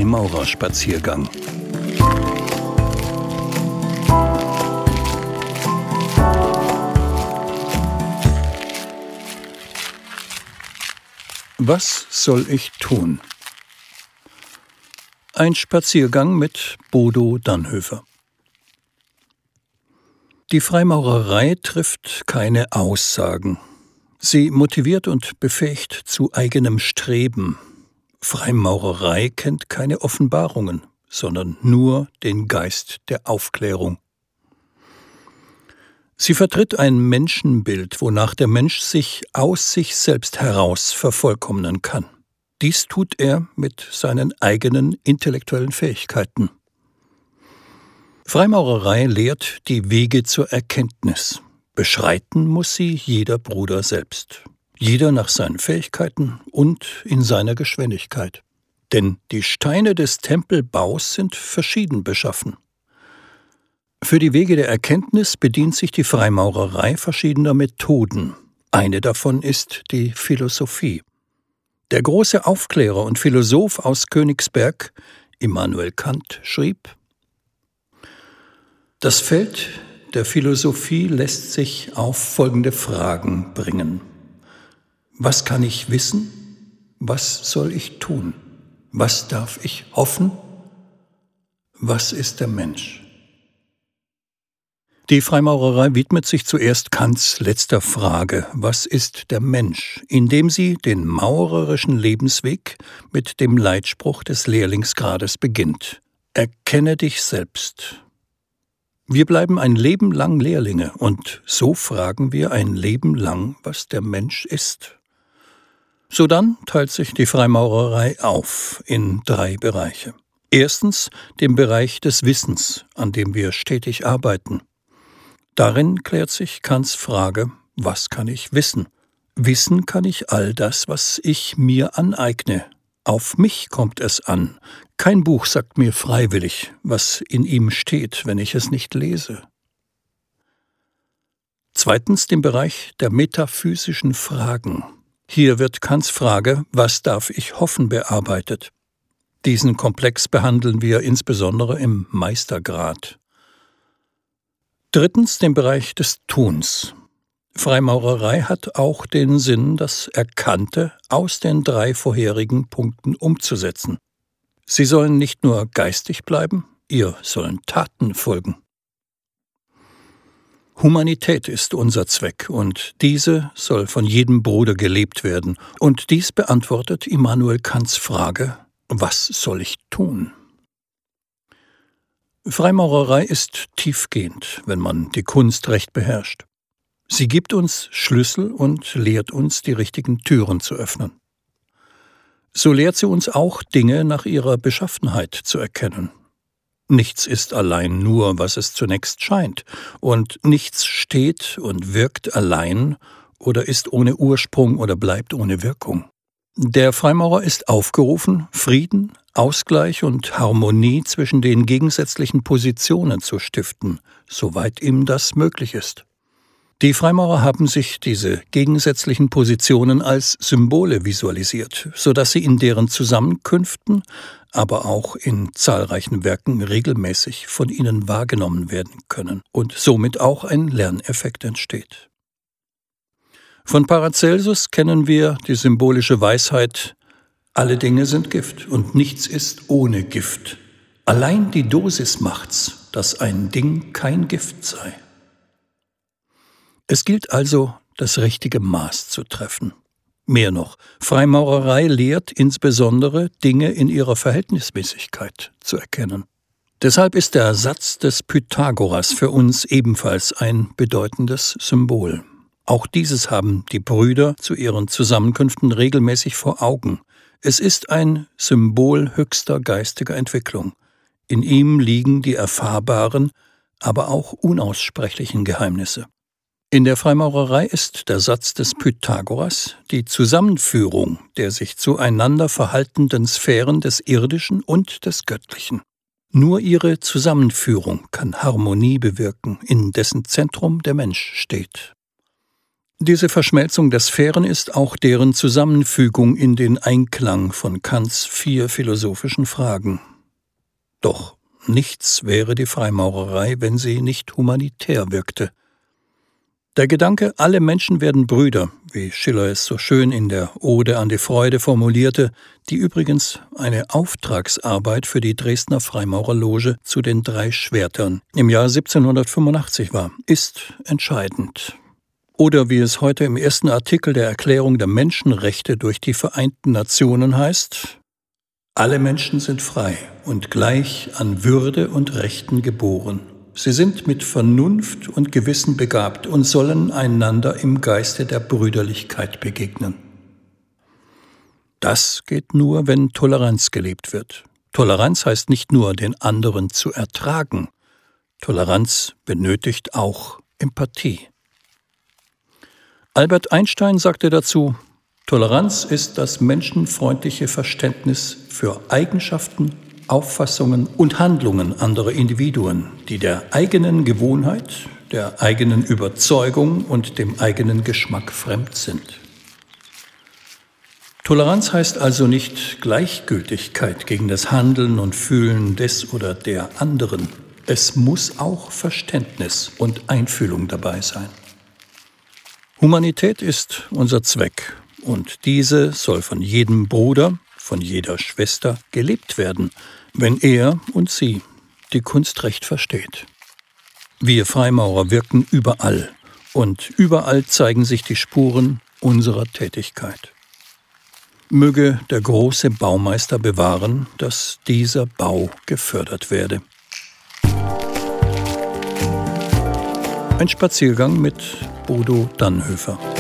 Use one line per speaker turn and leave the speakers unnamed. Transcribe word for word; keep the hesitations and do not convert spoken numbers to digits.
Freimaurerspaziergang. Was soll ich tun? Ein Spaziergang mit Bodo Dannhöfer. Die Freimaurerei trifft keine Aussagen. Sie motiviert und befähigt zu eigenem Streben. Freimaurerei kennt keine Offenbarungen, sondern nur den Geist der Aufklärung. Sie vertritt ein Menschenbild, wonach der Mensch sich aus sich selbst heraus vervollkommnen kann. Dies tut er mit seinen eigenen intellektuellen Fähigkeiten. Freimaurerei lehrt die Wege zur Erkenntnis. Beschreiten muss sie jeder Bruder selbst. Jeder nach seinen Fähigkeiten und in seiner Geschwindigkeit. Denn die Steine des Tempelbaus sind verschieden beschaffen. Für die Wege der Erkenntnis bedient sich die Freimaurerei verschiedener Methoden. Eine davon ist die Philosophie. Der große Aufklärer und Philosoph aus Königsberg, Immanuel Kant, schrieb: Das Feld der Philosophie lässt sich auf folgende Fragen bringen. Was kann ich wissen? Was soll ich tun? Was darf ich hoffen? Was ist der Mensch? Die Freimaurerei widmet sich zuerst Kants letzter Frage, was ist der Mensch, indem sie den maurerischen Lebensweg mit dem Leitspruch des Lehrlingsgrades beginnt: Erkenne dich selbst. Wir bleiben ein Leben lang Lehrlinge und so fragen wir ein Leben lang, was der Mensch ist. Sodann teilt sich die Freimaurerei auf in drei Bereiche. Erstens den Bereich des Wissens, an dem wir stetig arbeiten. Darin klärt sich Kants Frage, was kann ich wissen? Wissen kann ich all das, was ich mir aneigne. Auf mich kommt es an. Kein Buch sagt mir freiwillig, was in ihm steht, wenn ich es nicht lese. Zweitens den Bereich der metaphysischen Fragen. Hier wird Kants Frage, was darf ich hoffen, bearbeitet. Diesen Komplex behandeln wir insbesondere im Meistergrad. Drittens den Bereich des Tuns. Freimaurerei hat auch den Sinn, das Erkannte aus den drei vorherigen Punkten umzusetzen. Sie sollen nicht nur geistig bleiben, ihr sollen Taten folgen. Humanität ist unser Zweck und diese soll von jedem Bruder gelebt werden. Und dies beantwortet Immanuel Kants Frage, was soll ich tun? Freimaurerei ist tiefgehend, wenn man die Kunst recht beherrscht. Sie gibt uns Schlüssel und lehrt uns, die richtigen Türen zu öffnen. So lehrt sie uns auch, Dinge nach ihrer Beschaffenheit zu erkennen. Nichts ist allein nur, was es zunächst scheint, und nichts steht und wirkt allein oder ist ohne Ursprung oder bleibt ohne Wirkung. Der Freimaurer ist aufgerufen, Frieden, Ausgleich und Harmonie zwischen den gegensätzlichen Positionen zu stiften, soweit ihm das möglich ist. Die Freimaurer haben sich diese gegensätzlichen Positionen als Symbole visualisiert, sodass sie in deren Zusammenkünften, aber auch in zahlreichen Werken regelmäßig von ihnen wahrgenommen werden können und somit auch ein Lerneffekt entsteht. Von Paracelsus kennen wir die symbolische Weisheit: Alle Dinge sind Gift und nichts ist ohne Gift. Allein die Dosis macht's, dass ein Ding kein Gift sei. Es gilt also, das richtige Maß zu treffen. Mehr noch, Freimaurerei lehrt insbesondere, Dinge in ihrer Verhältnismäßigkeit zu erkennen. Deshalb ist der Satz des Pythagoras für uns ebenfalls ein bedeutendes Symbol. Auch dieses haben die Brüder zu ihren Zusammenkünften regelmäßig vor Augen. Es ist ein Symbol höchster geistiger Entwicklung. In ihm liegen die erfahrbaren, aber auch unaussprechlichen Geheimnisse. In der Freimaurerei ist der Satz des Pythagoras die Zusammenführung der sich zueinander verhaltenden Sphären des Irdischen und des Göttlichen. Nur ihre Zusammenführung kann Harmonie bewirken, in dessen Zentrum der Mensch steht. Diese Verschmelzung der Sphären ist auch deren Zusammenfügung in den Einklang von Kants vier philosophischen Fragen. Doch nichts wäre die Freimaurerei, wenn sie nicht humanitär wirkte. Der Gedanke, alle Menschen werden Brüder, wie Schiller es so schön in der Ode an die Freude formulierte, die übrigens eine Auftragsarbeit für die Dresdner Freimaurerloge zu den drei Schwertern im Jahr siebzehnhundertfünfundachtzig war, ist entscheidend. Oder wie es heute im ersten Artikel der Erklärung der Menschenrechte durch die Vereinten Nationen heißt: Alle Menschen sind frei und gleich an Würde und Rechten geboren. Sie sind mit Vernunft und Gewissen begabt und sollen einander im Geiste der Brüderlichkeit begegnen. Das geht nur, wenn Toleranz gelebt wird. Toleranz heißt nicht nur, den anderen zu ertragen. Toleranz benötigt auch Empathie. Albert Einstein sagte dazu: Toleranz ist das menschenfreundliche Verständnis für Eigenschaften, Auffassungen und Handlungen anderer Individuen, die der eigenen Gewohnheit, der eigenen Überzeugung und dem eigenen Geschmack fremd sind. Toleranz heißt also nicht Gleichgültigkeit gegen das Handeln und Fühlen des oder der anderen. Es muss auch Verständnis und Einfühlung dabei sein. Humanität ist unser Zweck, und diese soll von jedem Bruder, von jeder Schwester gelebt werden, wenn er und sie die Kunst recht versteht. Wir Freimaurer wirken überall, und überall zeigen sich die Spuren unserer Tätigkeit. Möge der große Baumeister bewahren, dass dieser Bau gefördert werde. Ein Spaziergang mit Bodo Dannhöfer.